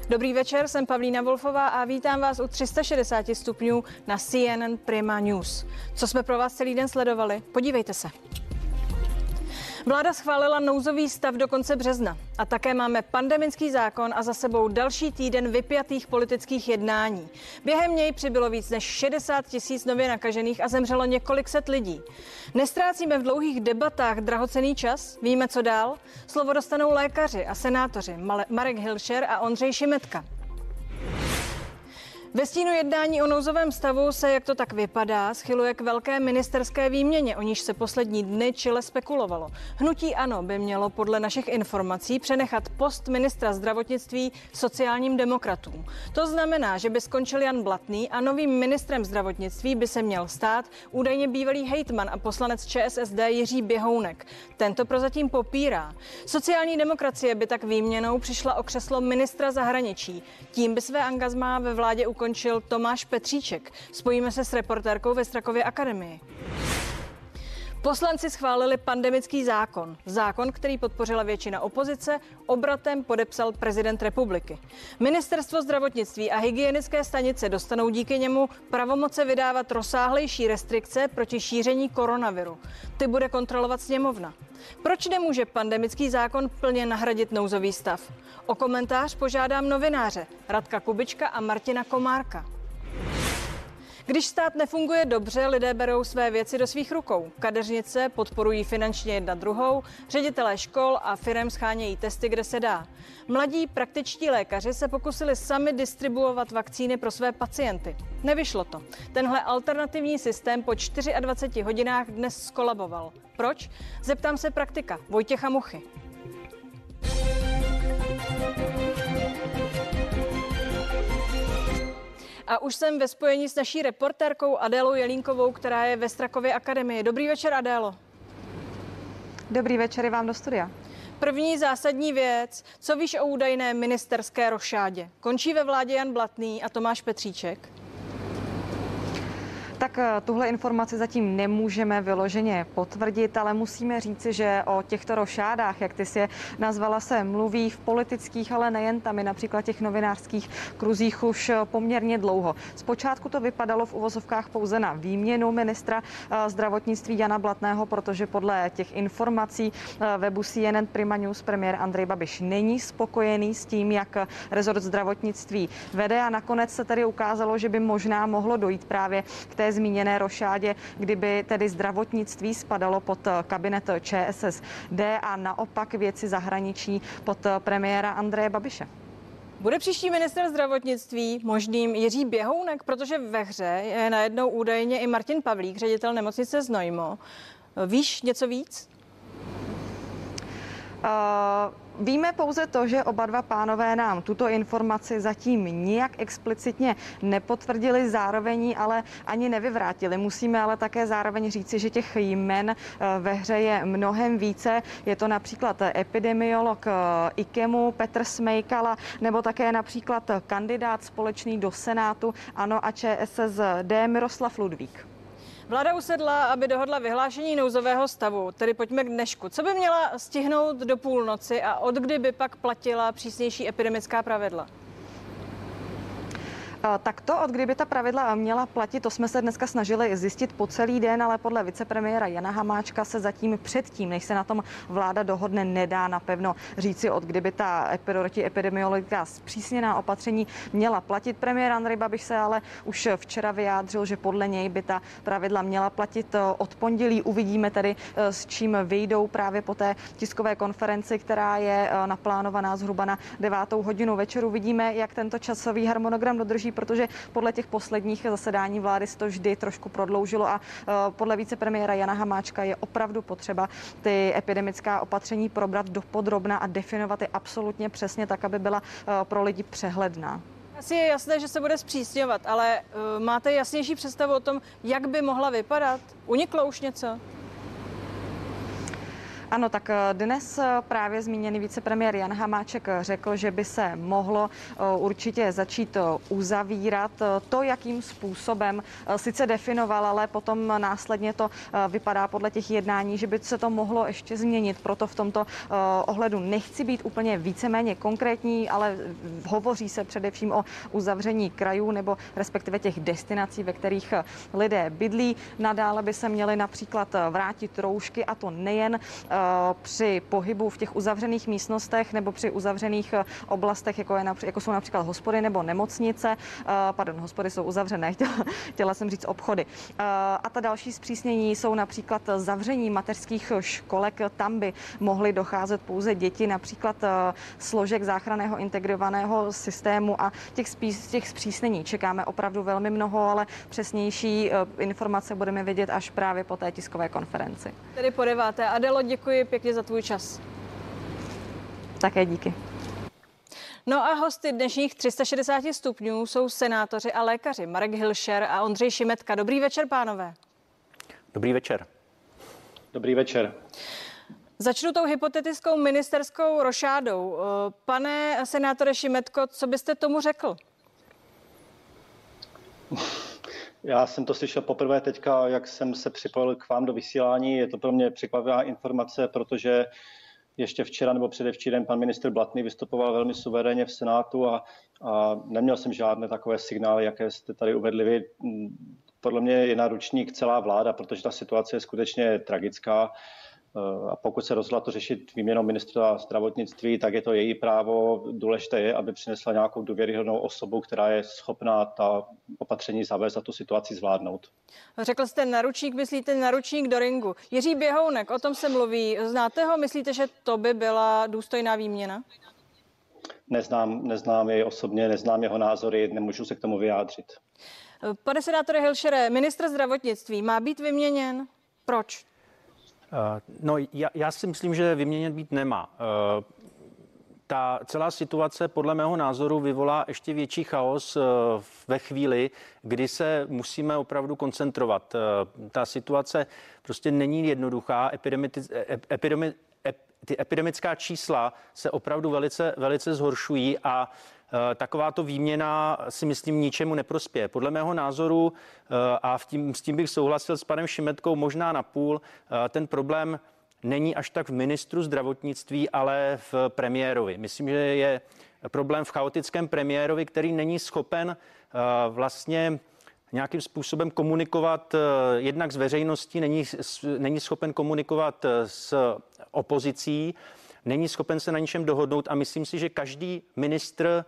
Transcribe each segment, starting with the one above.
Dobrý večer, jsem Pavlína Wolfová a vítám vás u 360 stupňů na CNN Prima News. Co jsme pro vás celý den sledovali? Podívejte se. Vláda schválila nouzový stav do konce března a také máme pandemický zákon a za sebou další týden vypjatých politických jednání. Během něj přibylo víc než 60 000 nově nakažených a zemřelo několik set lidí. Nestrácíme v dlouhých debatách drahocenný čas? Víme, co dál? Slovo dostanou lékaři a senátoři Marek Hilšer a Ondřej Šimetka. Ve stínu jednání o nouzovém stavu se, jak to tak vypadá, schyluje k velké ministerské výměně, o níž se poslední dny čile spekulovalo. Hnutí ANO by mělo podle našich informací přenechat post ministra zdravotnictví sociálním demokratům. To znamená, že by skončil Jan Blatný a novým ministrem zdravotnictví by se měl stát údajně bývalý hejtman a poslanec ČSSD Jiří Běhounek. Tento prozatím popírá. Sociální demokracie by tak výměnou přišla o křeslo ministra zahraničí. Tím by své angažmá ve vládě ukončil Tomáš Petříček. Spojíme se s reportérkou ve Strakově akademii. Poslanci schválili pandemický zákon. Zákon, který podpořila většina opozice, obratem podepsal prezident republiky. Ministerstvo zdravotnictví a hygienické stanice dostanou díky němu pravomoce vydávat rozsáhlejší restrikce proti šíření koronaviru. Ty bude kontrolovat sněmovna. Proč nemůže pandemický zákon plně nahradit nouzový stav? O komentář požádám novináře Radka Kubička a Martina Komárka. Když stát nefunguje dobře, lidé berou své věci do svých rukou. Kadeřnice podporují finančně jedna druhou, ředitelé škol a firem schánějí testy, kde se dá. Mladí praktičtí lékaři se pokusili sami distribuovat vakcíny pro své pacienty. Nevyšlo to. Tenhle alternativní systém po 24 hodinách dnes skolaboval. Proč? Zeptám se praktika Vojtěcha Muchy. A už jsem ve spojení s naší reportérkou Adélou Jelínkovou, která je ve Strakově akademii. Dobrý večer, Adélo. Dobrý večer, i vám do studia. První zásadní věc, co víš o údajné ministerské rošádě? Končí ve vládě Jan Blatný a Tomáš Petříček? Tak tuhle informaci zatím nemůžeme vyloženě potvrdit, ale musíme říci, že o těchto rošádách, jak ty si je nazvala, se mluví v politických, ale nejen tam, i například těch novinářských kruzích už poměrně dlouho. Zpočátku to vypadalo v uvozovkách pouze na výměnu ministra zdravotnictví Jana Blatného, protože podle těch informací webu CNN Prima News premiér Andrej Babiš není spokojený s tím, jak rezort zdravotnictví vede, a nakonec se tedy ukázalo, že by možná mohlo dojít právě k té zmíněné rošádě, kdyby tedy zdravotnictví spadalo pod kabinet ČSSD a naopak věci zahraničí pod premiéra Andreje Babiše. Bude příští ministr zdravotnictví možným Jiří Běhounek, protože ve hře je najednou údajně i Martin Pavlík, ředitel nemocnice Znojmo. Víš něco víc? Víme pouze to, že oba dva pánové nám tuto informaci zatím nijak explicitně nepotvrdili, zároveň ji ale ani nevyvrátili. Musíme ale také zároveň říci, že těch jmen ve hře je mnohem více. Je to například epidemiolog IKEMu Petr Smejkala, nebo také například kandidát společný do Senátu ANO a ČSSD Miroslav Ludvík. Vláda usedla, aby dohodla vyhlášení nouzového stavu, tedy pojďme k dnešku. Co by měla stihnout do půlnoci a od kdy by pak platila přísnější epidemická pravidla? Tak to, od kdyby ta pravidla měla platit, to jsme se dneska snažili zjistit po celý den, ale podle vicepremiéra Jana Hamáčka se zatím předtím, než se na tom vláda dohodne, nedá napevno říci, od kdyby ta epidemiologická zpřísněná opatření měla platit. Premiér Andrej Babiš se ale už včera vyjádřil, že podle něj by ta pravidla měla platit od pondělí. Uvidíme tedy, s čím vyjdou právě po té tiskové konferenci, která je naplánovaná zhruba na 9. hodinu večeru. Vidíme, jak tento časový harmonogram dodrží, protože podle těch posledních zasedání vlády se to vždy trošku prodloužilo a podle vicepremiéra Jana Hamáčka je opravdu potřeba ty epidemická opatření probrat dopodrobna a definovat je absolutně přesně tak, aby byla pro lidi přehledná. Asi je jasné, že se bude zpřísňovat, ale máte jasnější představu o tom, jak by mohla vypadat? Uniklo už něco? Ano, tak dnes právě zmíněný vicepremiér Jan Hamáček řekl, že by se mohlo určitě začít uzavírat. To, jakým způsobem sice definoval, ale potom následně to vypadá podle těch jednání, že by se to mohlo ještě změnit. Proto v tomto ohledu nechci být úplně víceméně konkrétní, ale hovoří se především o uzavření krajů nebo respektive těch destinací, ve kterých lidé bydlí. Nadále by se měly například vrátit roušky, a to nejen při pohybu v těch uzavřených místnostech nebo při uzavřených oblastech, jako jsou například hospody nebo nemocnice. Pardon, hospody jsou uzavřené, chtěla jsem říct obchody. A ta další zpřísnění jsou například zavření mateřských školek. Tam by mohly docházet pouze děti například složek záchranného integrovaného systému a těch zpřísnění čekáme opravdu velmi mnoho, ale přesnější informace budeme vědět až právě po té tiskové konferenci. Tedy po 9. Adelo, děkuji pěkně za tvůj čas. Také díky. No a hosty dnešních 360 stupňů jsou senátoři a lékaři Marek Hilšer a Ondřej Šimetka. Dobrý večer, pánové. Dobrý večer. Dobrý večer. Začnu tou hypotetickou ministerskou rošádou. Pane senátore Šimetko, co byste tomu řekl? Já jsem to slyšel poprvé teďka, jak jsem se připojil k vám do vysílání. Je to pro mě překvapivá informace, protože ještě včera nebo předevčírem pan ministr Blatný vystupoval velmi suverénně v Senátu a neměl jsem žádné takové signály, jaké jste tady uvedli vy. Podle mě je na ručník celá vláda, protože ta situace je skutečně tragická. A pokud se rozhodla to řešit výměnou ministra zdravotnictví, tak je to její právo. Důležité je, aby přinesla nějakou důvěryhodnou osobu, která je schopná ta opatření zavést a tu situaci zvládnout. Řekl jste naručník, myslíte naručník do ringu. Jiří Běhounek, o tom se mluví. Znáte ho? Myslíte, že to by byla důstojná výměna? Neznám jej osobně, neznám jeho názory, nemůžu se k tomu vyjádřit. Pane senátore Hilšere, ministr zdravotnictví má být vyměněn? Proč? No, já si myslím, že vyměněn být nemá. Ta celá situace podle mého názoru vyvolá ještě větší chaos ve chvíli, kdy se musíme opravdu koncentrovat. Ta situace prostě není jednoduchá. Ty epidemická čísla se opravdu velice zhoršují a takováto výměna si myslím ničemu neprospěje. Podle mého názoru, a s tím bych souhlasil s panem Šimetkou možná napůl, ten problém není až tak v ministru zdravotnictví, ale v premiérovi. Myslím, že je problém v chaotickém premiérovi, který není schopen vlastně nějakým způsobem komunikovat jednak s veřejností, není schopen komunikovat s opozicí, není schopen se na ničem dohodnout a myslím si, že každý ministr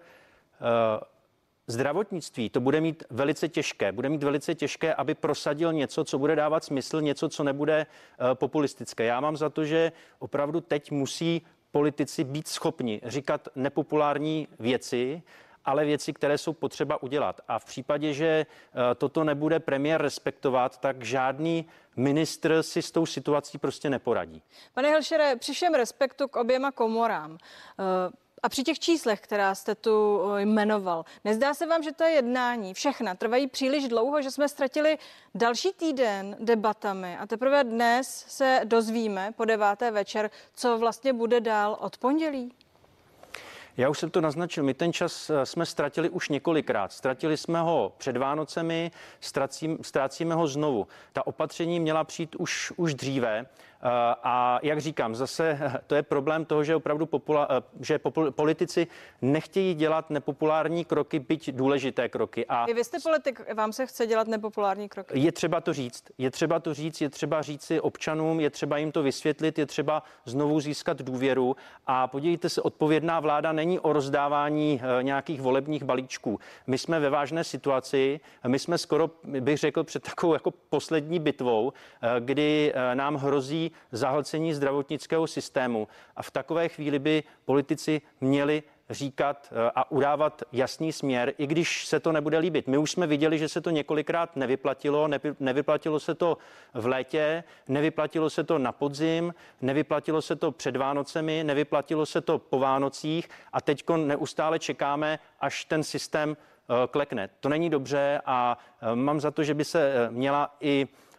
zdravotnictví to bude mít velice těžké. Bude mít velice těžké, aby prosadil něco, co bude dávat smysl, něco, co nebude populistické. Já mám za to, že opravdu teď musí politici být schopni říkat nepopulární věci, ale věci, které jsou potřeba udělat. A v případě, že toto nebude premiér respektovat, tak žádný ministr si s tou situací prostě neporadí. Pane Hilšere, při všem respektu k oběma komorám a při těch číslech, která jste tu jmenoval, nezdá se vám, že to je jednání všechna trvají příliš dlouho, že jsme ztratili další týden debatami a teprve dnes se dozvíme po 9. večer, co vlastně bude dál od pondělí? Já už jsem to naznačil, my ten čas jsme ztratili už několikrát. Ztratili jsme ho před Vánocemi, ztrácíme ho znovu. Ta opatření měla přijít už dříve a jak říkám, zase to je problém toho, že opravdu politici nechtějí dělat nepopulární kroky, byť důležité kroky. A vy jste politik, vám se chce dělat nepopulární kroky? Je třeba to říct, je třeba říci občanům, je třeba jim to vysvětlit, je třeba znovu získat důvěru a podívejte se, odpovědná vláda není o rozdávání nějakých volebních balíčků. My jsme ve vážné situaci, my jsme skoro, bych řekl, před takovou jako poslední bitvou, kdy nám hrozí zahlcení zdravotnického systému a v takové chvíli by politici měli říkat a udávat jasný směr, i když se to nebude líbit. My už jsme viděli, že se to několikrát nevyplatilo. Nevyplatilo se to v létě, nevyplatilo se to na podzim, nevyplatilo se to před Vánocemi, nevyplatilo se to po Vánocích a teďko neustále čekáme, až ten systém klekne. To není dobře a mám za to, že by se měla i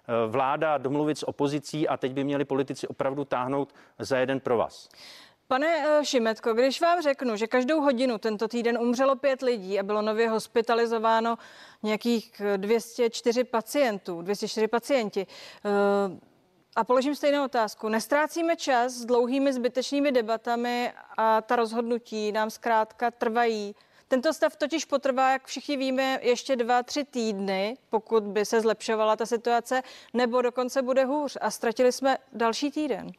vláda domluvit s opozicí a teď by měli politici opravdu táhnout za jeden provaz. Pane Šimetko, když vám řeknu, že každou hodinu tento týden umřelo 5 lidí a bylo nově hospitalizováno nějakých 204 pacienti, a položím stejnou otázku. Nestrácíme čas s dlouhými zbytečnými debatami a ta rozhodnutí nám zkrátka trvají. Tento stav totiž potrvá, jak všichni víme, ještě 2-3 týdny, pokud by se zlepšovala ta situace, nebo dokonce bude hůř a ztratili jsme další týden.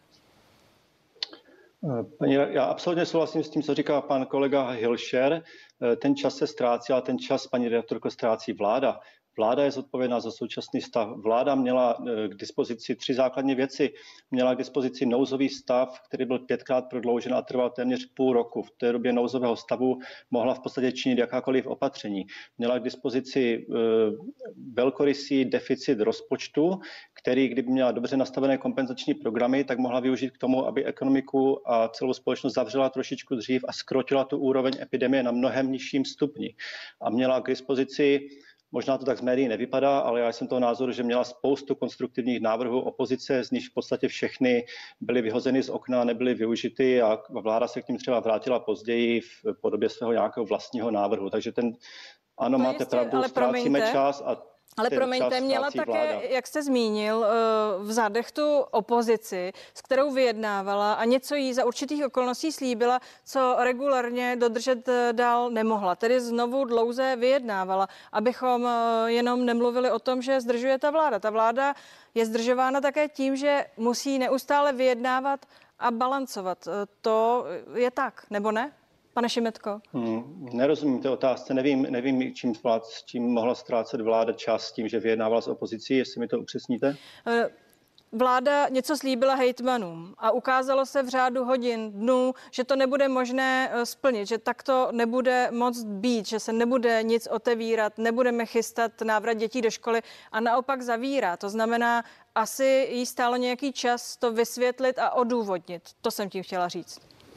Já absolutně souhlasím s tím, co říká pan kolega Hilšer. Ten čas se ztrácí, ale ten čas, paní redaktorko, ztrácí vláda. Vláda je zodpovědná za současný stav. Vláda měla k dispozici 3 základní věci. Měla k dispozici nouzový stav, který byl 5krát prodloužen a trval téměř půl roku. V té době nouzového stavu mohla v podstatě činit jakákoliv opatření. Měla k dispozici velkorysý deficit rozpočtu, který, kdyby měla dobře nastavené kompenzační programy, tak mohla využít k tomu, aby ekonomiku a celou společnost zavřela trošičku dřív a zkrotila tu úroveň epidemie na mnohem nižším stupni. A měla k dispozici, možná to tak z médií nevypadá, ale já jsem toho názoru, že měla spoustu konstruktivních návrhů opozice, z nich v podstatě všechny byly vyhozeny z okna, nebyly využity a vláda se k ním třeba vrátila později v podobě svého nějakého vlastního návrhu. Takže ano, to máte jistě, pravdu, ztrácíme čas a ale promiňte, měla také, jak jste zmínil, v zádech tu opozici, s kterou vyjednávala a něco jí za určitých okolností slíbila, co regulárně dodržet dál nemohla. Tedy znovu dlouze vyjednávala, abychom jenom nemluvili o tom, že zdržuje ta vláda. Ta vláda je zdržována také tím, že musí neustále vyjednávat a balancovat. To je tak, nebo ne? Pane Šimetko? Nerozumím té otázce, nevím, čím mohla ztrácet vláda čas tím, že vyjednávala s opozicí, jestli mi to upřesníte. Vláda něco slíbila hejtmanům a ukázalo se v řádu hodin, dnů, že to nebude možné splnit, že tak to nebude moct být, že se nebude nic otevírat, nebudeme chystat návrat dětí do školy a naopak zavírá. To znamená, asi jí stálo nějaký čas to vysvětlit a odůvodnit. To jsem tím chtěla říct.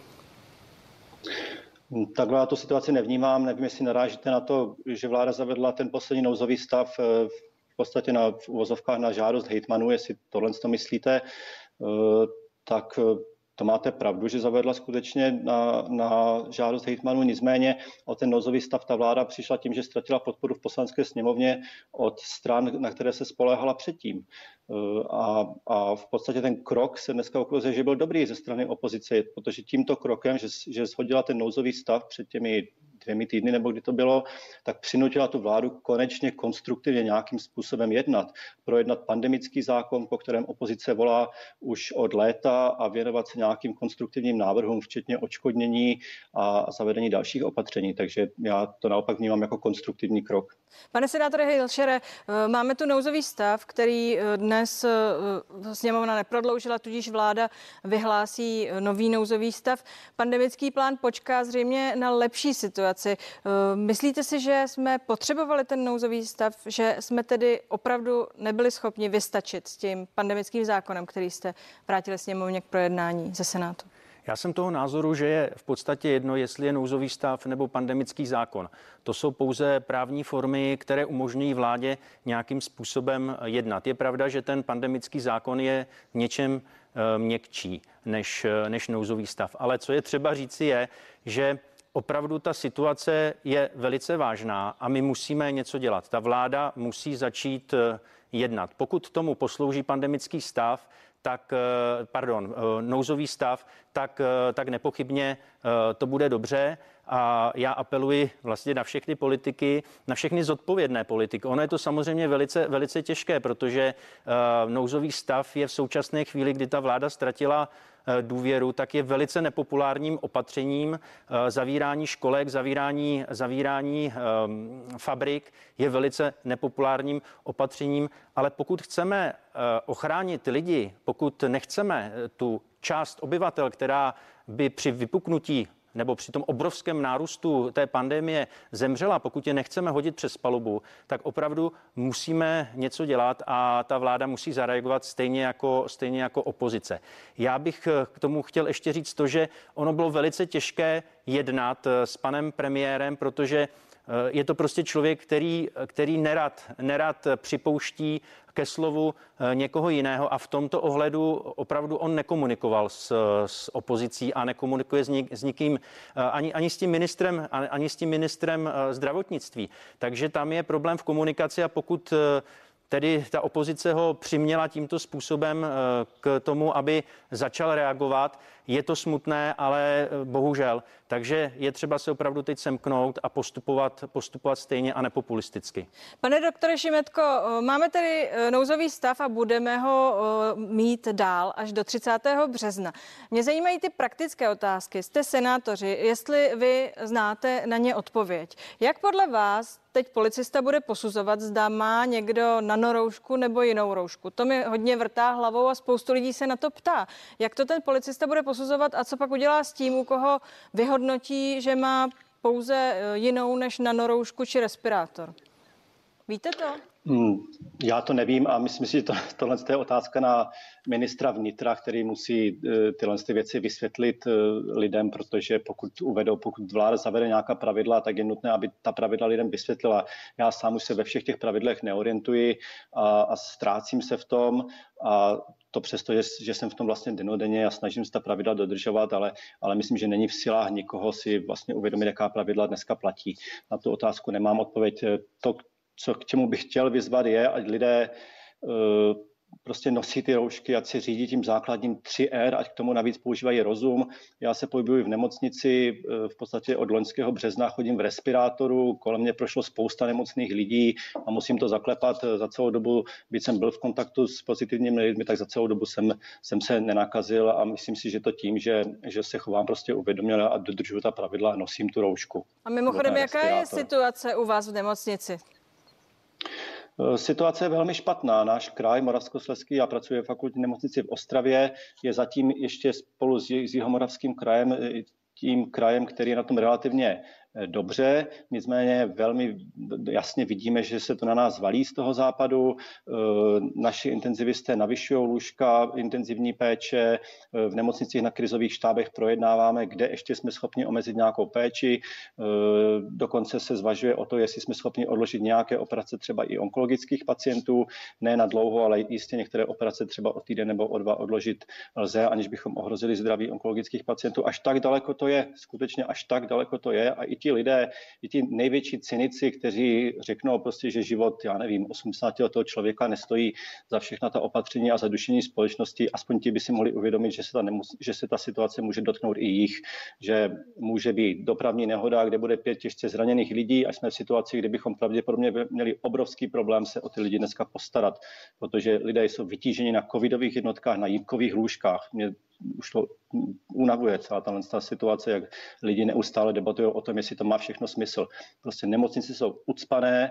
Takhle já tu situaci nevnímám, nevím, jestli narážíte na to, že vláda zavedla ten poslední nouzový stav v podstatě v uvozovkách na žádost hejtmanů, jestli tohle to myslíte, tak to máte pravdu, že zavedla skutečně na žádost hejtmanů, nicméně o ten nouzový stav ta vláda přišla tím, že ztratila podporu v Poslanecké sněmovně od stran, na které se spoléhala předtím. A v podstatě ten krok se dneska ukazuje, že byl dobrý ze strany opozice, protože tímto krokem, že shodila ten nouzový stav před těmi 2 týdny, nebo kdy to bylo, tak přinutila tu vládu konečně konstruktivně nějakým způsobem jednat. Projednat pandemický zákon, po kterém opozice volá už od léta a věnovat se nějakým konstruktivním návrhům, včetně odškodnění a zavedení dalších opatření. Takže já to naopak vnímám jako konstruktivní krok. Pane senátore Hilšere, máme tu nouzový stav, který dnes sněmovna neprodloužila, tudíž vláda vyhlásí nový nouzový stav. Pandemický plán počká zřejmě na lepší situaci. Myslíte si, že jsme potřebovali ten nouzový stav, že jsme tedy opravdu nebyli schopni vystačit s tím pandemickým zákonem, který jste vrátili sněmovně k projednání ze Senátu? Já jsem toho názoru, že je v podstatě jedno, jestli je nouzový stav nebo pandemický zákon. To jsou pouze právní formy, které umožňují vládě nějakým způsobem jednat. Je pravda, že ten pandemický zákon je v něčem měkčí než nouzový stav. Ale co je třeba říci je, že opravdu ta situace je velice vážná a my musíme něco dělat. Ta vláda musí začít jednat. Pokud tomu poslouží pandemický stav, nouzový stav, tak nepochybně to bude dobře. A já apeluji vlastně na všechny politiky, na všechny zodpovědné politiky. Ono je to samozřejmě velice, velice těžké, protože nouzový stav je v současné chvíli, kdy ta vláda ztratila důvěru, tak je velice nepopulárním opatřením. Zavírání školek, zavírání fabrik je velice nepopulárním opatřením, ale pokud chceme ochránit lidi, pokud nechceme tu část obyvatel, která by při vypuknutí nebo při tom obrovském nárůstu té pandemie zemřela, pokud je nechceme hodit přes palubu, tak opravdu musíme něco dělat a ta vláda musí zareagovat stejně jako opozice. Já bych k tomu chtěl ještě říct to, že ono bylo velice těžké jednat s panem premiérem, protože Je to prostě člověk, který nerad připouští ke slovu někoho jiného a v tomto ohledu opravdu on nekomunikoval s opozicí a nekomunikuje s nikým, ani s tím ministrem zdravotnictví. Takže tam je problém v komunikaci a pokud tedy ta opozice ho přiměla tímto způsobem k tomu, aby začal reagovat. Je to smutné, ale bohužel. Takže je třeba se opravdu teď semknout a postupovat stejně a nepopulisticky. Pane doktore Šimetko, máme tedy nouzový stav a budeme ho mít dál až do 30. března. Mě zajímají ty praktické otázky. Jste senátoři, jestli vy znáte na ně odpověď. Jak podle vás teď policista bude posuzovat, zda má někdo nanoroušku nebo jinou roušku? To mi hodně vrtá hlavou a spoustu lidí se na to ptá. Jak to ten policista bude posuzovat a co pak udělá s tím, u koho vyhodnotí, že má pouze jinou než nanoroušku či respirátor? Víte to? Já to nevím a myslím si, že tohle je otázka na ministra vnitra, který musí tyhle věci vysvětlit lidem, protože pokud vláda zavede nějaká pravidla, tak je nutné, aby ta pravidla lidem vysvětlila. Já sám už se ve všech těch pravidlech neorientuji a ztrácím se v tom a to přesto, že jsem v tom vlastně dennodenně a snažím se ta pravidla dodržovat, ale myslím, že není v silách nikoho si vlastně uvědomit, jaká pravidla dneska platí. Na tu otázku nemám odpověď. K čemu bych chtěl vyzvat je, ať lidé prostě nosí ty roušky, ať si řídí tím základním 3R, ať k tomu navíc používají rozum. Já se pohybuji v nemocnici, v podstatě od loňského března chodím v respirátoru, kolem mě prošlo spousta nemocných lidí a musím to zaklepat za celou dobu, byť jsem byl v kontaktu s pozitivními lidmi, tak za celou dobu jsem se nenakazil a myslím si, že to tím, že se chovám prostě uvědoměle a dodržuju ta pravidla a nosím tu roušku. A mimochodem, jaká je situace u vás v nemocnici? Situace je velmi špatná. Náš kraj Moravskoslezský, já pracuji v fakultní nemocnici v Ostravě, je zatím ještě spolu s Jihomoravským krajem tím krajem, který je na tom relativně dobře, nicméně velmi jasně vidíme, že se to na nás valí z toho západu. Naši intenzivisté navyšují lůžka intenzivní péče, v nemocnicích na krizových štábech projednáváme, kde ještě jsme schopni omezit nějakou péči. Dokonce se zvažuje o to, jestli jsme schopni odložit nějaké operace třeba i onkologických pacientů, ne na dlouho, ale jistě některé operace třeba o týden nebo o 2 odložit lze, aniž bychom ohrozili zdraví onkologických pacientů. Až tak daleko to je, skutečně až tak daleko to je a i ti lidé, i ti největší cynici, kteří řeknou prostě, že život, 80letého člověka nestojí za všechna ta opatření a zadušení společnosti, aspoň ti by si mohli uvědomit, že se ta situace může dotknout i jich, že může být dopravní nehoda, kde bude 5 těžce zraněných lidí a jsme v situaci, kde bychom pravděpodobně měli obrovský problém se o ty lidi dneska postarat, protože lidé jsou vytíženi na covidových jednotkách, na jípkových lůžkách. Mě už to unavuje celá ta situace, jak lidi neustále debatují o tom, jestli to má všechno smysl. Prostě nemocnice jsou ucpané,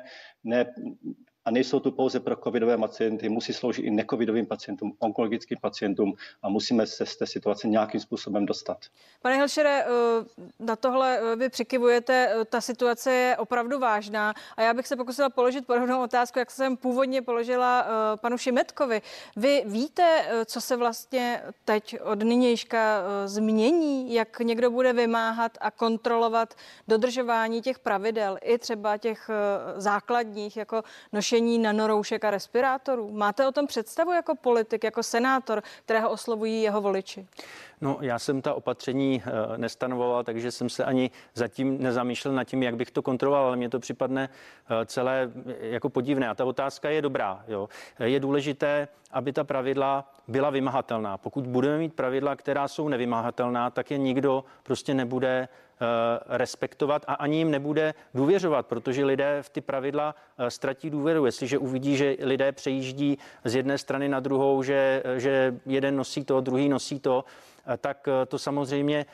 a nejsou tu pouze pro covidové pacienty, musí sloužit i necovidovým pacientům, onkologickým pacientům a musíme se z té situace nějakým způsobem dostat. Pane Hilšere, na tohle vy přikyvujete, ta situace je opravdu vážná a já bych se pokusila položit podobnou otázku, jak jsem původně položila panu Šimetkovi. Vy víte, co se vlastně teď od nynějška změní, jak někdo bude vymáhat a kontrolovat dodržování těch pravidel, i třeba těch základních, jako nošení nanoroušek a respirátorů? Máte o tom představu jako politik, jako senátor, kterého oslovují jeho voliči? No, já jsem ta opatření nestanovoval, takže jsem se ani zatím nezamýšlel nad tím, jak bych to kontroloval, ale mně to připadne celé jako podivné. A ta otázka je dobrá. Jo. Je důležité, aby ta pravidla byla vymahatelná. Pokud budeme mít pravidla, která jsou nevymahatelná, tak je nikdo prostě nebude respektovat a ani jim nebude důvěřovat, protože lidé v ty pravidla ztratí důvěru. Jestliže uvidí, že lidé přejíždí z jedné strany na druhou, že jeden nosí to, druhý nosí to, tak to samozřejmě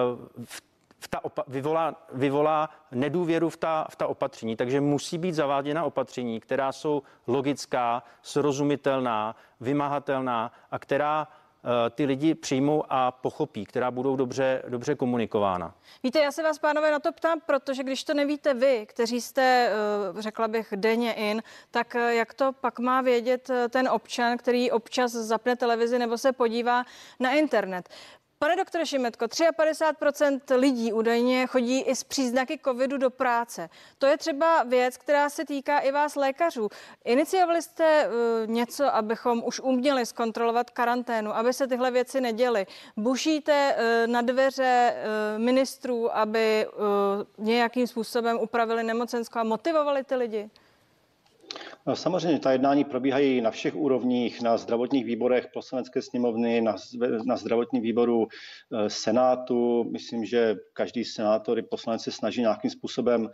vyvolá nedůvěru v ta opatření. Takže musí být zaváděna opatření, která jsou logická, srozumitelná, vymahatelná a která ty lidi přijmou a pochopí, která budou dobře komunikována. Víte, já se vás, pánové, na to ptám, protože když to nevíte vy, kteří jste, řekla bych, denně in, tak jak to pak má vědět ten občan, který občas zapne televizi nebo se podívá na internet? Pane doktore Šimetko, 53% lidí údajně chodí i s příznaky covidu do práce. To je třeba věc, která se týká i vás lékařů. Iniciovali jste něco, abychom už uměli zkontrolovat karanténu, aby se tyhle věci neděly? Bušíte na dveře ministrů, aby nějakým způsobem upravili nemocenskou a motivovali ty lidi? Samozřejmě ta jednání probíhají na všech úrovních, na zdravotních výborech Poslanecké sněmovny, na zdravotním výboru Senátu. Myslím, že každý senátor i poslanec se snaží nějakým způsobem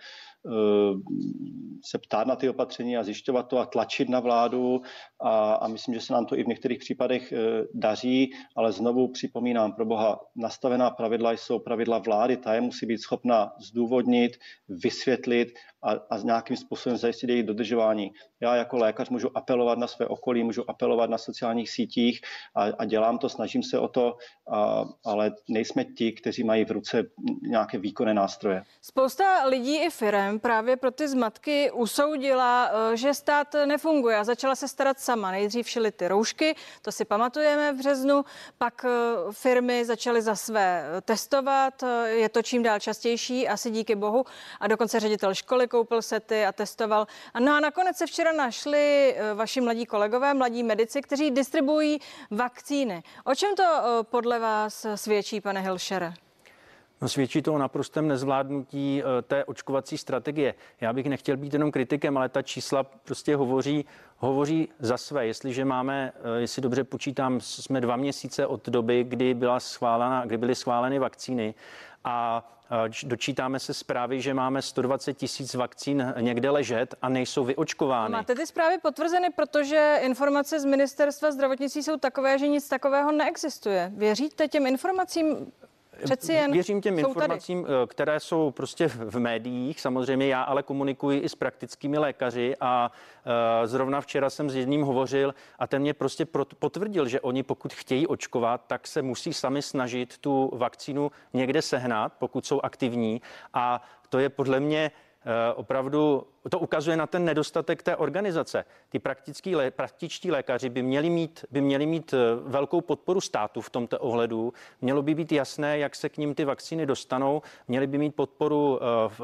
se ptát na ty opatření a zjišťovat to a tlačit na vládu a myslím, že se nám to i v některých případech daří, ale znovu připomínám, pro boha, nastavená pravidla jsou pravidla vlády, ta je musí být schopna zdůvodnit, vysvětlit a nějakým způsobem zajistit jejich dodržování. Já jako lékař můžu apelovat na své okolí, můžu apelovat na sociálních sítích a dělám to, snažím se o to, ale nejsme ti, kteří mají v ruce nějaké výkonné nástroje. Spousta lidí i firem právě pro ty zmatky usoudila, že stát nefunguje a začala se starat sama. Nejdřív šily ty roušky, to si pamatujeme v březnu, pak firmy začaly za své testovat, je to čím dál častější, asi díky bohu, a dokonce ředitel školy koupil sety a testoval. No a nakonec se včera našli vaši mladí kolegové, mladí medici, kteří distribuují vakcíny. O čem to podle vás svědčí, pane Hilšere? No, svědčí to o naprostém nezvládnutí té očkovací strategie. Já bych nechtěl být jenom kritikem, ale ta čísla prostě hovoří za své. Jestliže máme, jestli dobře počítám, jsme 2 měsíce od doby, kdy byly schváleny vakcíny a dočítáme se zprávy, že máme 120 000 vakcín někde ležet a nejsou vyočkovány. Máte ty zprávy potvrzeny, protože informace z ministerstva zdravotnictví jsou takové, že nic takového neexistuje. Věříte těm informacím? Věřím těm informacím, které jsou prostě v médiích. Samozřejmě já ale komunikuji i s praktickými lékaři a zrovna včera jsem s jedním hovořil a ten mě prostě potvrdil, že oni pokud chtějí očkovat, tak se musí sami snažit tu vakcínu někde sehnat, pokud jsou aktivní, a to je podle mě opravdu, to ukazuje na ten nedostatek té organizace. Ty praktičtí lékaři by měli mít velkou podporu státu v tomto ohledu. Mělo by být jasné, jak se k ním ty vakcíny dostanou. Měli by mít podporu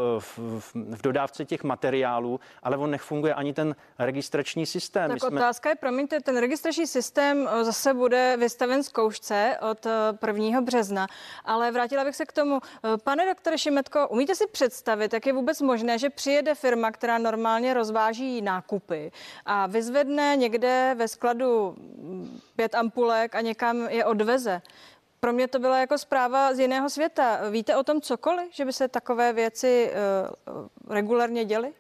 v dodávce těch materiálů, ale on nefunguje ani ten registrační systém. Tak otázka je, promiňte, ten registrační systém zase bude vystaven zkoušce od 1. března, ale vrátila bych se k tomu. Pane doktore Šimetko, umíte si představit, jak je vůbec možné, že přijede firma, která normálně rozváží nákupy a vyzvedne někde ve skladu 5 ampulek a někam je odveze? Pro mě to byla jako zpráva z jiného světa. Víte o tom cokoliv, že by se takové věci regulérně děly?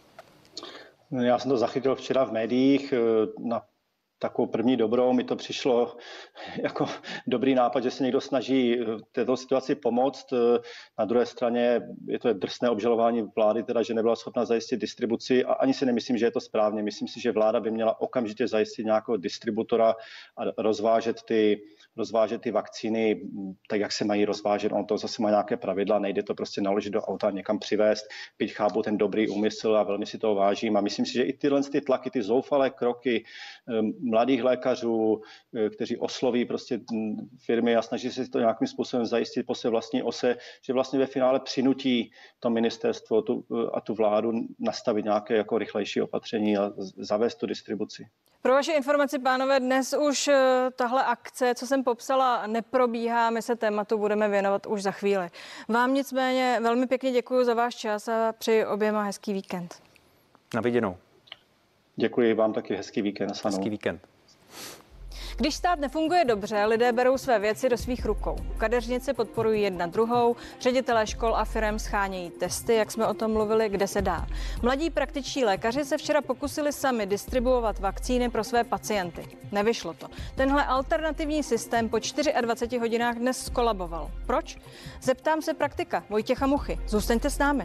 Já jsem to zachytil včera v médiích na takovou první dobrou. Mi to přišlo jako dobrý nápad, že se někdo snaží této situaci pomoct. Na druhé straně je to drsné obžalování vlády, teda, že nebyla schopna zajistit distribuci, a ani si nemyslím, že je to správně. Myslím si, že vláda by měla okamžitě zajistit nějakého distributora a rozvážet ty vakcíny tak, jak se mají rozvážet. On to zase má nějaké pravidla, nejde to prostě naložit do auta a někam přivést. Byť chápu ten dobrý úmysl a velmi si toho vážím. A myslím si, že i tyhle tlaky, ty zoufalé kroky mladých lékařů, kteří osloví prostě firmy a snaží se to nějakým způsobem zajistit po své vlastní ose, že vlastně ve finále přinutí to ministerstvo a tu vládu nastavit nějaké jako rychlejší opatření a zavést tu distribuci. Pro vaši informaci, pánové, dnes už tahle akce, co jsem popsala, neprobíhá. My se tématu budeme věnovat už za chvíli. Vám nicméně velmi pěkně děkuji za váš čas a přeji oběma hezký víkend. Na viděnou. Děkuji vám taky, hezký víkend. Hezký víkend. Když stát nefunguje dobře, lidé berou své věci do svých rukou. Kadeřnici podporují jedna druhou, ředitelé škol a firem schánějí testy, jak jsme o tom mluvili, kde se dá. Mladí praktičtí lékaři se včera pokusili sami distribuovat vakcíny pro své pacienty. Nevyšlo to. Tenhle alternativní systém po 24 hodinách dnes skolaboval. Proč? Zeptám se praktika Vojtěcha Muchy. Zůstaňte s námi.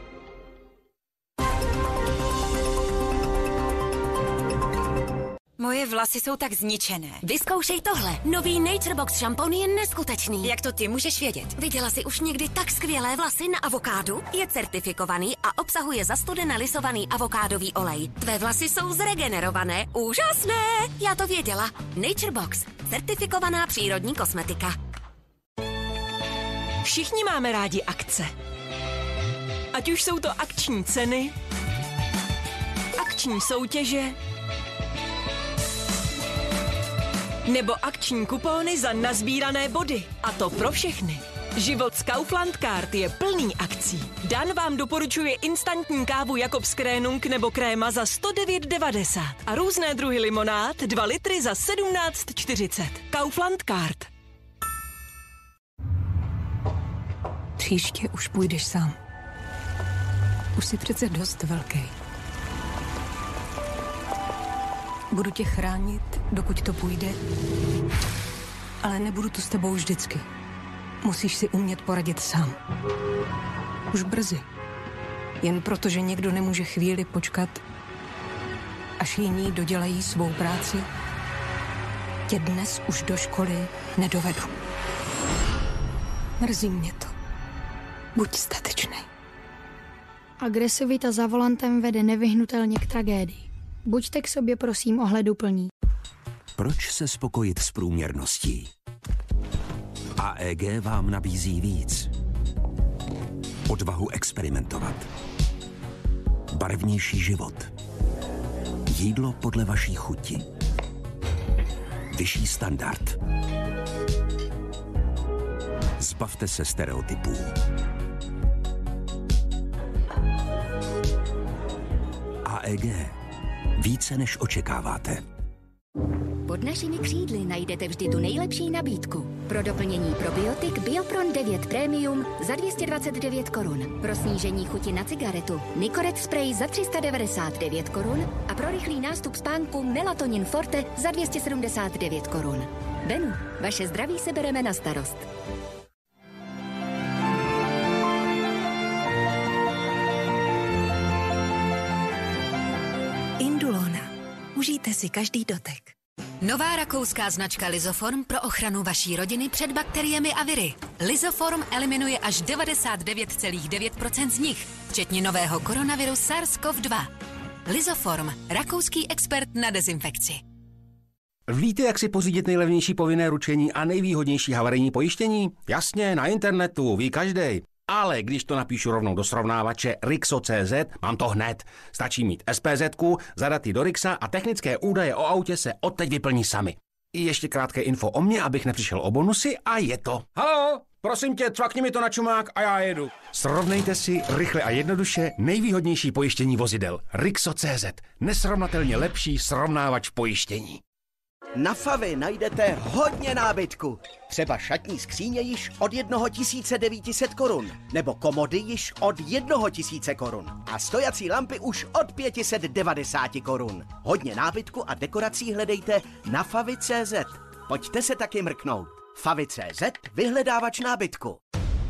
Moje Moje vlasy jsou tak zničené. Vyzkoušej tohle. Nový Naturebox šampon je neskutečný. Jak to ty můžeš vědět? Viděla jsi už někdy tak skvělé vlasy na avokádu? Je certifikovaný a obsahuje zastudeně lisovaný avokádový olej. Tvé vlasy jsou zregenerované. Úžasné! Já to věděla. Naturebox. Certifikovaná přírodní kosmetika. Všichni máme rádi akce. Ať už jsou to akční ceny, akční soutěže, nebo akční kupóny za nazbírané body. A to pro všechny. Život z Kaufland Card je plný akcí. Dan vám doporučuje instantní kávu Jakobs Krénung nebo kréma za 109,90 a různé druhy limonád 2 litry za 17,40. Kaufland Card. Příště už půjdeš sám. Už jsi přece dost velký. Budu tě chránit, dokud to půjde, ale nebudu tu s tebou vždycky. Musíš si umět poradit sám. Už brzy. Jen proto, že někdo nemůže chvíli počkat, až jiní dodělají svou práci, tě dnes už do školy nedovedu. Mrzí mě to. Buď statečný. Agresivita za volantem vede nevyhnutelně k tragédii. Buďte k sobě prosím ohleduplní. Proč se spokojit s průměrností? AEG vám nabízí víc. Odvahu experimentovat. Barevnější život. Jídlo podle vaší chuti. Vyšší standard. Zbavte se stereotypů. AEG. Více než očekáváte. Pod našimi křídly najdete vždy tu nejlepší nabídku. Pro doplnění probiotik Biopron 9 Premium za 229 korun. Pro snížení chuti na cigaretu Nicorette Spray za 399 korun a pro rychlý nástup spánku Melatonin Forte za 279 korun. Benu, vaše zdraví se bereme na starost. Indulona. Užijte si každý dotek. Nová rakouská značka Lizoform pro ochranu vaší rodiny před bakteriemi a viry. Lizoform eliminuje až 99,9% z nich, včetně nového koronaviru SARS-CoV-2. Lizoform, rakouský expert na dezinfekci. Víte, jak si pořídit nejlevnější povinné ručení a nejvýhodnější havarijní pojištění? Jasně, na internetu, ví každej. Ale když to napíšu rovnou do srovnávače Rixo.cz, mám to hned. Stačí mít SPZ-ku, zadat ji do Rixa a technické údaje o autě se odteď vyplní sami. I ještě krátké info o mně, abych nepřišel o bonusy a je to. Haló, prosím tě, cvakni mi to na čumák a já jedu. Srovnejte si rychle a jednoduše nejvýhodnější pojištění vozidel. Rixo.cz, nesrovnatelně lepší srovnávač pojištění. Na Favy najdete hodně nábytku. Třeba šatní skříně již od 1900 korun, nebo komody již od 1000 korun a stojací lampy už od 590 korun. Hodně nábytku a dekorací hledejte na Favy.cz. Pojďte se taky mrknout. Favy.cz, vyhledávač nábytku.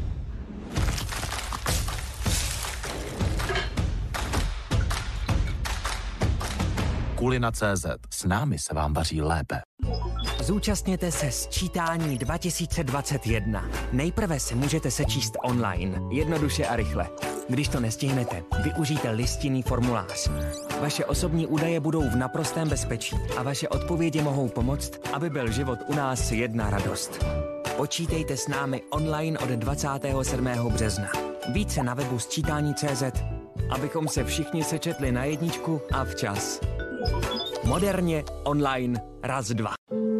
Kulina.cz. S námi se vám vaří lépe. Zúčastněte se sčítání 2021. Nejprve se můžete sečíst online, jednoduše a rychle. Když to nestihnete, využijte listinný formulář. Vaše osobní údaje budou v naprostém bezpečí a vaše odpovědi mohou pomoct, aby byl život u nás jedna radost. Počítejte s námi online od 27. března. Více na webu sčítání.cz, abychom se všichni sečetli na jedničku a včas. Moderně, online, raz, dva.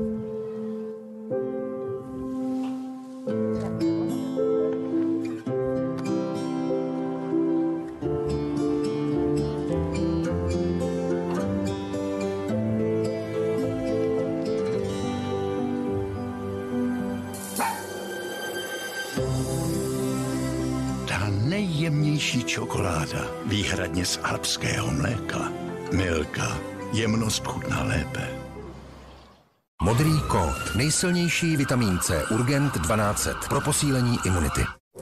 Ta nejjemnější čokoláda, výhradně z alpského mléka. Milka. Jemnost chutná lépe. Modrý kód. Nejsilnější vitamin C. Urgent 1200 pro posílení imunity.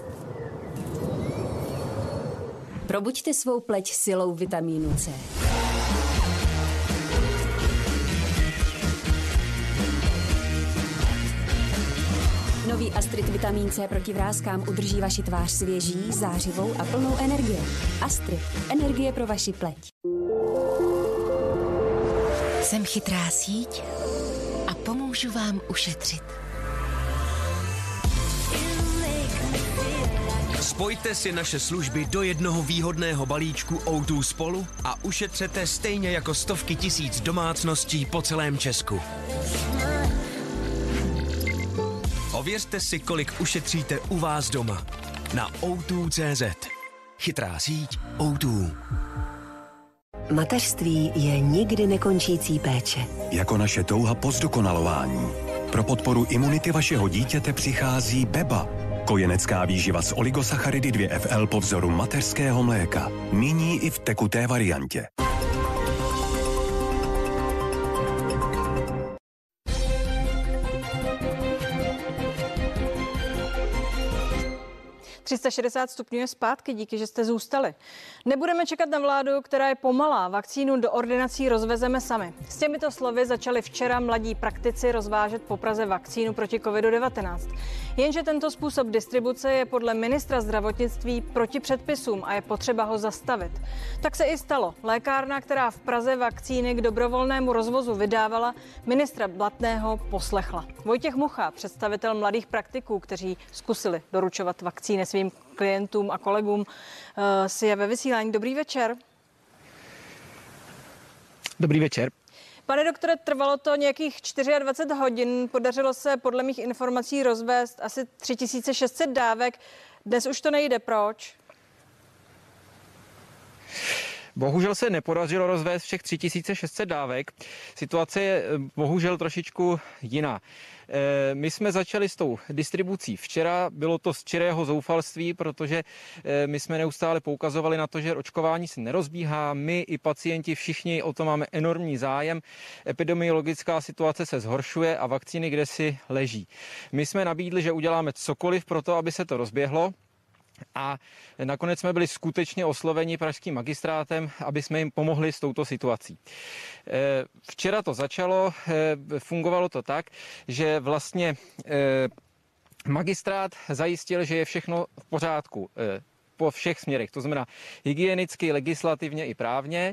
Probuďte svou pleť silou vitamínu C. Nový Astrid vitamin C proti vrázkám udrží vaši tvář svěží, zářivou a plnou energie. Astrid. Energie pro vaši pleť. Jsem chytrá síť a pomůžu vám ušetřit. Spojte si naše služby do jednoho výhodného balíčku O2 Spolu a ušetřete stejně jako stovky tisíc domácností po celém Česku. Ověřte si, kolik ušetříte u vás doma na O2.cz. Chytrá síť O2. Mateřství je nikdy nekončící péče. Jako naše touha po zdokonalování. Pro podporu imunity vašeho dítěte přichází Beba. Kojenecká výživa s oligosacharidy 2FL po vzoru mateřského mléka. Nyní i v tekuté variantě. ...360 stupňů je zpátky, díky, že jste zůstali. Nebudeme čekat na vládu, která je pomalá. Vakcínu do ordinací rozvezeme sami. S těmito slovy začali včera mladí praktici rozvážet po Praze vakcínu proti COVID-19. Jenže tento způsob distribuce je podle ministra zdravotnictví proti předpisům a je potřeba ho zastavit. Tak se i stalo. Lékárna, která v Praze vakcíny k dobrovolnému rozvozu vydávala, ministra Blatného poslechla. Vojtěch Mucha, představitel mladých praktiků, kteří zkusili doručovat vakcíny svým klientům a kolegům, si je ve vysílání. Dobrý večer. Dobrý večer. Pane doktore, trvalo to nějakých 24 hodin. Podařilo se podle mých informací rozvést asi 3600 dávek. Dnes už to nejde. Proč? Bohužel se nepodařilo rozvést všech 3600 dávek. Situace je bohužel trošičku jiná. My jsme začali s tou distribucí včera, bylo to z čirého zoufalství, protože my jsme neustále poukazovali na to, že očkování se nerozbíhá, my i pacienti všichni o to máme enormní zájem, epidemiologická situace se zhoršuje a vakcíny kdesi leží. My jsme nabídli, že uděláme cokoliv pro to, aby se to rozběhlo. A nakonec jsme byli skutečně osloveni pražským magistrátem, aby jsme jim pomohli s touto situací. Včera to začalo, fungovalo to tak, že vlastně magistrát zajistil, že je všechno v pořádku po všech směrech, to znamená hygienicky, legislativně i právně.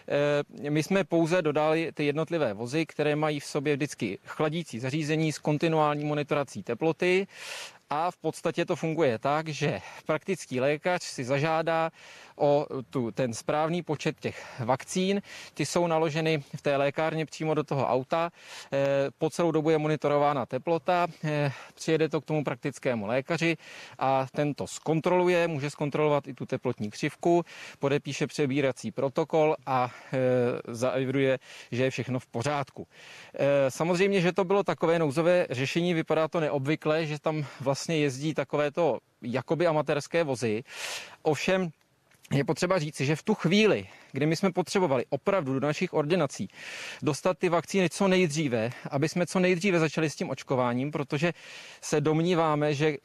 My jsme pouze dodali ty jednotlivé vozy, které mají v sobě vždycky chladící zařízení s kontinuální monitorací teploty. A v podstatě to funguje tak, že praktický lékař si zažádá o ten správný počet těch vakcín. Ty jsou naloženy v té lékárně přímo do toho auta. Po celou dobu je monitorována teplota. Přijede to k tomu praktickému lékaři a ten to zkontroluje. Může zkontrolovat i tu teplotní křivku, podepíše přebírací protokol a zaeviduje, že je všechno v pořádku. Samozřejmě, že to bylo takové nouzové řešení. Vypadá to neobvykle, že tam vlastně jezdí takovéto jakoby amatérské vozy. Ovšem je potřeba říci, že v tu chvíli, kdy my jsme potřebovali opravdu do našich ordinací dostat ty vakcíny co nejdříve, aby jsme co nejdříve začali s tím očkováním, protože se domníváme, že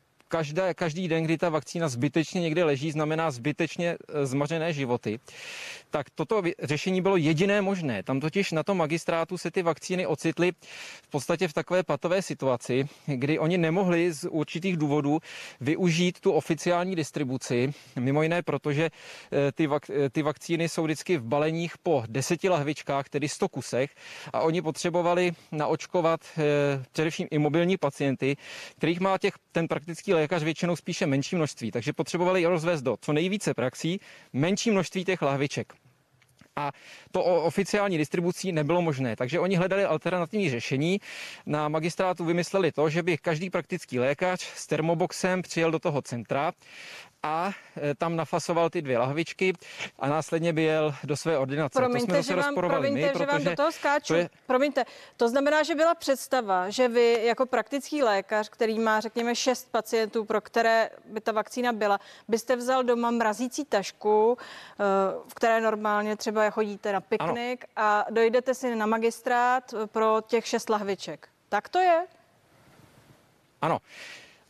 každý den, kdy ta vakcína zbytečně někde leží, znamená zbytečně zmařené životy, tak toto řešení bylo jediné možné. Tam totiž na tom magistrátu se ty vakcíny ocitly v podstatě v takové patové situaci, kdy oni nemohli z určitých důvodů využít tu oficiální distribuci, mimo jiné protože ty vakcíny jsou vždycky v baleních po 10 lahvičkách, tedy 100 kusech, a oni potřebovali naočkovat především imobilní pacienty, kterých má ten praktický lékař většinou spíše menší množství, takže potřebovali rozvést do co nejvíce praxí menší množství těch lahviček. A to o oficiální distribucí nebylo možné, takže oni hledali alternativní řešení. Na magistrátu vymysleli to, že by každý praktický lékař s termoboxem přijel do toho centra a tam nafasoval ty 2 lahvičky a následně by jel do své ordinace. Promiňte, to jsme zase rozporovali my, že vám do toho skáču. To je... Promiňte, to znamená, že byla představa, že vy jako praktický lékař, který má řekněme 6 pacientů, pro které by ta vakcína byla, byste vzal doma mrazící tašku, v které normálně třeba chodíte na piknik, ano, a dojdete si na magistrát pro těch 6 lahviček. Tak to je? Ano.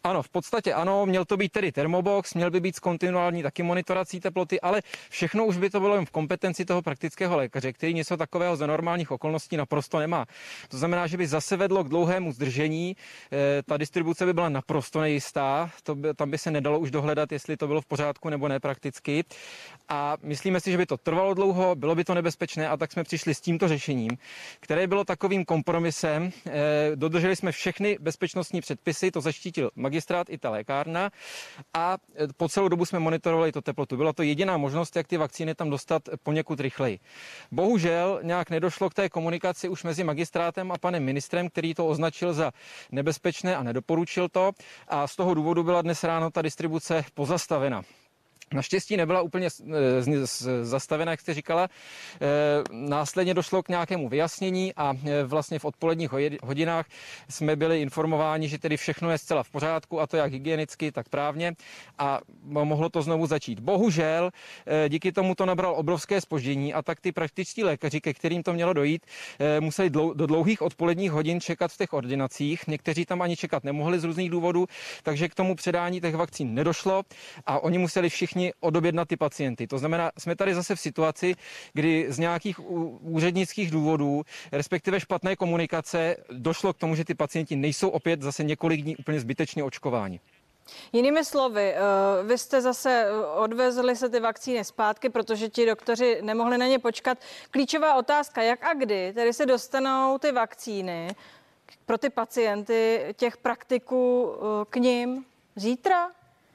Ano, v podstatě ano, měl to být tedy termobox, měl by být s kontinuální taky monitorací teploty, ale všechno už by to bylo jen v kompetenci toho praktického lékaře, který něco takového za normálních okolností naprosto nemá. To znamená, že by zase vedlo k dlouhému zdržení, ta distribuce by byla naprosto nejistá, tam by se nedalo už dohledat, jestli to bylo v pořádku nebo ne prakticky. A myslíme si, že by to trvalo dlouho, bylo by to nebezpečné, a tak jsme přišli s tímto řešením, které bylo takovým kompromisem. Dodrželi jsme všechny bezpečnostní předpisy, to zaštítil magistrát i ta lékárna, a po celou dobu jsme monitorovali to teplotu. Byla to jediná možnost, jak ty vakcíny tam dostat poněkud rychleji. Bohužel nějak nedošlo k té komunikaci už mezi magistrátem a panem ministrem, který to označil za nebezpečné a nedoporučil to, a z toho důvodu byla dnes ráno ta distribuce pozastavena. Naštěstí nebyla úplně zastavena, jak jste říkala. Následně došlo k nějakému vyjasnění a vlastně v odpoledních hodinách jsme byli informováni, že tedy všechno je zcela v pořádku, a to jak hygienicky, tak právně, a mohlo to znovu začít. Bohužel díky tomu to nabral obrovské zpoždění, a tak ty praktičtí lékaři, ke kterým to mělo dojít, museli do dlouhých odpoledních hodin čekat v těch ordinacích. Někteří tam ani čekat nemohli z různých důvodů, takže k tomu předání těch vakcín nedošlo a oni museli všichni odobjednat ty pacienty. To znamená, jsme tady zase v situaci, kdy z nějakých úřednických důvodů, respektive špatné komunikace, došlo k tomu, že ty pacienti nejsou opět zase několik dní úplně zbytečně očkováni. Jinými slovy, vy jste zase odvezli se ty vakcíny zpátky, protože ti doktoři nemohli na ně počkat. Klíčová otázka, jak a kdy tedy se dostanou ty vakcíny pro ty pacienty, těch praktiků k nim? Zítra?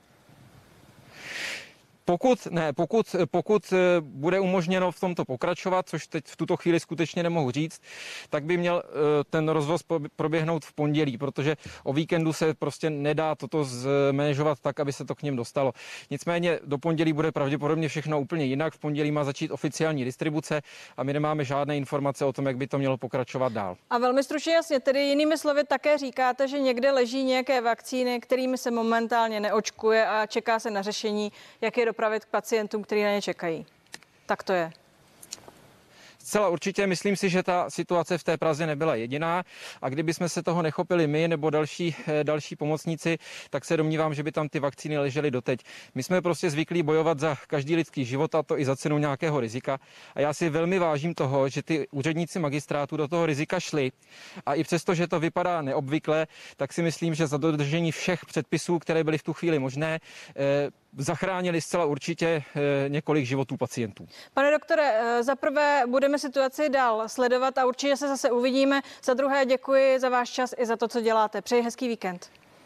Pokud bude umožněno v tomto pokračovat, což teď v tuto chvíli skutečně nemohu říct, tak by měl ten rozvoz proběhnout v pondělí, protože o víkendu se prostě nedá toto zmanéžovat tak, aby se to k něm dostalo. Nicméně do pondělí bude pravděpodobně všechno úplně jinak. V pondělí má začít oficiální distribuce a my nemáme žádné informace o tom, jak by to mělo pokračovat dál. A velmi stručně jasně, tedy jinými slovy také říkáte, že někde leží nějaké vakcíny, kterými se momentálně neočkuje a čeká se na řešení, jak je dopravit k pacientům, kteří na ně čekají. Tak to je. Zcela určitě, myslím si, že ta situace v té Praze nebyla jediná, a kdyby jsme se toho nechopili my nebo další pomocníci, tak se domnívám, že by tam ty vakcíny ležely doteď. My jsme prostě zvyklí bojovat za každý lidský život, a to i za cenu nějakého rizika. A já si velmi vážím toho, že ty úředníci magistrátu do toho rizika šli, a i přesto, že to vypadá neobvykle, tak si myslím, že za dodržení všech předpisů, které byly v tu chvíli možné, zachránili zcela určitě několik životů pacientů. Pane doktore, za prvé budeme situaci dál sledovat a určitě se zase uvidíme. Za druhé děkuji za váš čas i za to, co děláte. Přeji hezký víkend.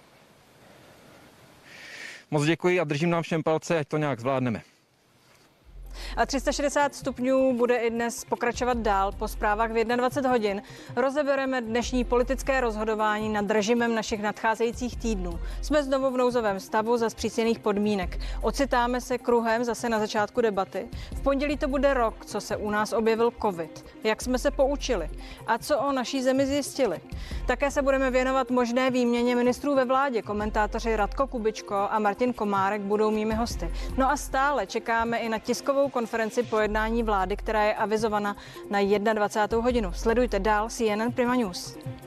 Moc děkuji a držím nám všem palce, ať to nějak zvládneme. A 360 stupňů bude i dnes pokračovat dál. Po zprávách v 21 hodin rozebereme dnešní politické rozhodování nad režimem našich nadcházejících týdnů. Jsme znovu v nouzovém stavu za zpřísněných podmínek. Ocitáme se kruhem zase na začátku debaty. V pondělí to bude rok, co se u nás objevil covid. Jak jsme se poučili a co o naší zemi zjistili. Také se budeme věnovat možné výměně ministrů ve vládě. Komentátoři Radko Kubičko a Martin Komárek budou mými hosty. No a stále čekáme i na tiskovou konferenci po jednání vlády, která je avizovaná na 21. hodinu. Sledujte dál CNN Prima News.